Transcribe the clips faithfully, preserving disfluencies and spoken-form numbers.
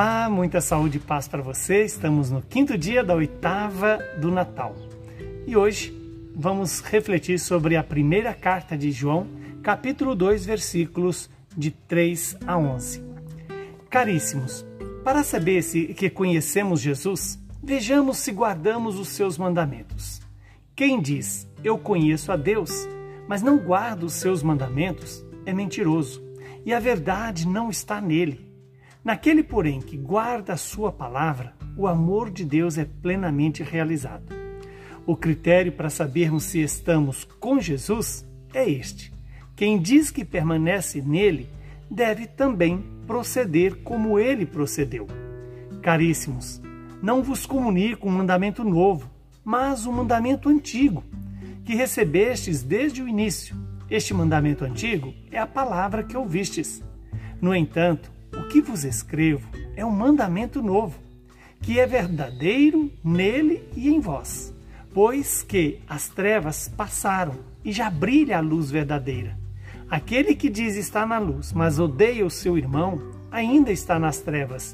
Olá, muita saúde e paz para você. Estamos no quinto dia da oitava do Natal. E hoje vamos refletir sobre a primeira carta de João, capítulo dois, versículos de três a onze. Caríssimos, para saber se que conhecemos Jesus, vejamos se guardamos os seus mandamentos. Quem diz, eu conheço a Deus, mas não guarda os seus mandamentos, é mentiroso, e a verdade não está nele. Naquele, porém, que guarda a sua palavra, o amor de Deus é plenamente realizado. O critério para sabermos se estamos com Jesus é este. Quem diz que permanece nele, deve também proceder como ele procedeu. Caríssimos, não vos comunico um mandamento novo, mas um mandamento antigo, que recebestes desde o início. Este mandamento antigo é a palavra que ouvistes. No entanto, o que vos escrevo é um mandamento novo, que é verdadeiro nele e em vós, pois que as trevas passaram e já brilha a luz verdadeira. Aquele que diz estar na luz, mas odeia o seu irmão, ainda está nas trevas.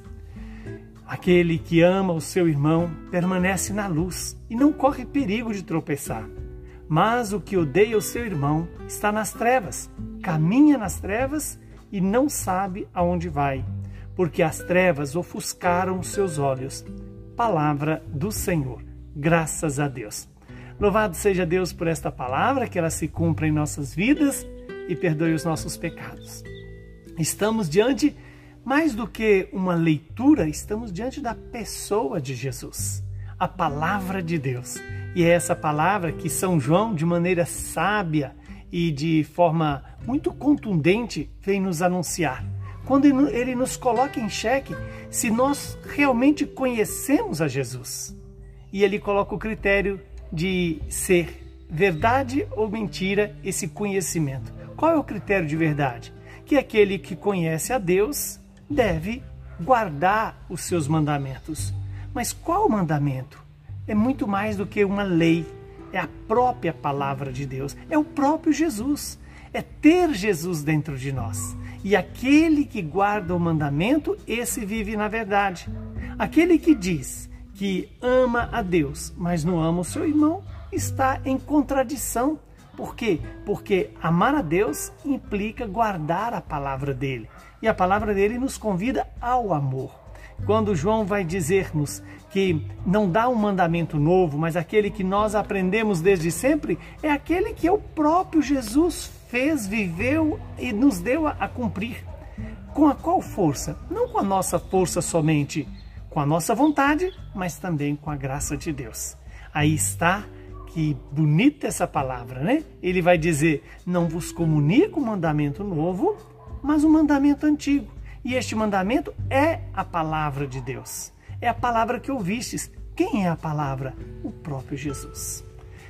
Aquele que ama o seu irmão permanece na luz e não corre perigo de tropeçar. Mas o que odeia o seu irmão está nas trevas, caminha nas trevas e não sabe aonde vai, porque as trevas ofuscaram os seus olhos. Palavra do Senhor. Graças a Deus. Louvado seja Deus por esta palavra, que ela se cumpra em nossas vidas e perdoe os nossos pecados. Estamos diante, mais do que uma leitura, estamos diante da pessoa de Jesus, a palavra de Deus. E é essa palavra que São João, de maneira sábia e de forma muito contundente, vem nos anunciar. Quando ele nos coloca em xeque se nós realmente conhecemos a Jesus. E ele coloca o critério de ser verdade ou mentira esse conhecimento. Qual é o critério de verdade? Que aquele que conhece a Deus deve guardar os seus mandamentos. Mas qual mandamento? É muito mais do que uma lei. É a própria palavra de Deus, é o próprio Jesus, é ter Jesus dentro de nós. E aquele que guarda o mandamento, esse vive na verdade. Aquele que diz que ama a Deus, mas não ama o seu irmão, está em contradição. Por quê? Porque amar a Deus implica guardar a palavra dele. E a palavra dele nos convida ao amor. Quando João vai dizer-nos que não dá um mandamento novo, mas aquele que nós aprendemos desde sempre, é aquele que o próprio Jesus fez, viveu e nos deu a, a cumprir. Com a qual força? Não com a nossa força somente, com a nossa vontade, mas também com a graça de Deus. Aí está, que bonita essa palavra, né? Ele vai dizer, não vos comunico um mandamento novo, mas um mandamento antigo. E este mandamento é a palavra de Deus. É a palavra que ouvistes. Quem é a palavra? O próprio Jesus.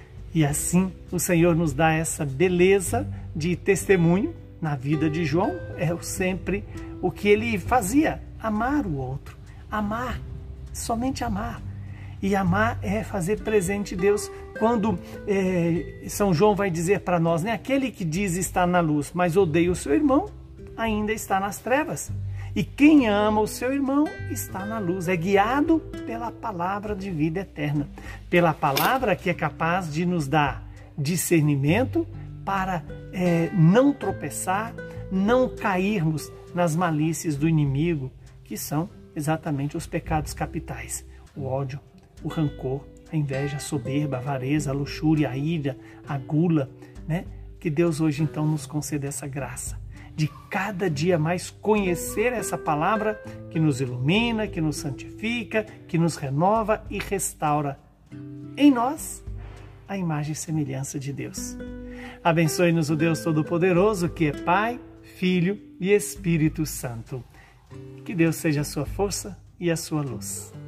E assim o Senhor nos dá essa beleza de testemunho na vida de João. É sempre o que ele fazia, amar o outro. Amar, somente amar. E amar é fazer presente Deus. Quando é, São João vai dizer para nós, né, aquele que diz estar na luz, mas odeia o seu irmão, ainda está nas trevas. E quem ama o seu irmão está na luz, é guiado pela palavra de vida eterna, pela palavra que é capaz de nos dar discernimento para é, não tropeçar, não cairmos nas malícias do inimigo, que são exatamente os pecados capitais: o ódio, o rancor, a inveja, a soberba, a avareza, a luxúria, a ira, a gula, né? Que Deus hoje então nos conceda essa graça de cada dia mais conhecer essa palavra que nos ilumina, que nos santifica, que nos renova e restaura em nós a imagem e semelhança de Deus. Abençoe-nos o Deus Todo-Poderoso, que é Pai, Filho e Espírito Santo. Que Deus seja a sua força e a sua luz.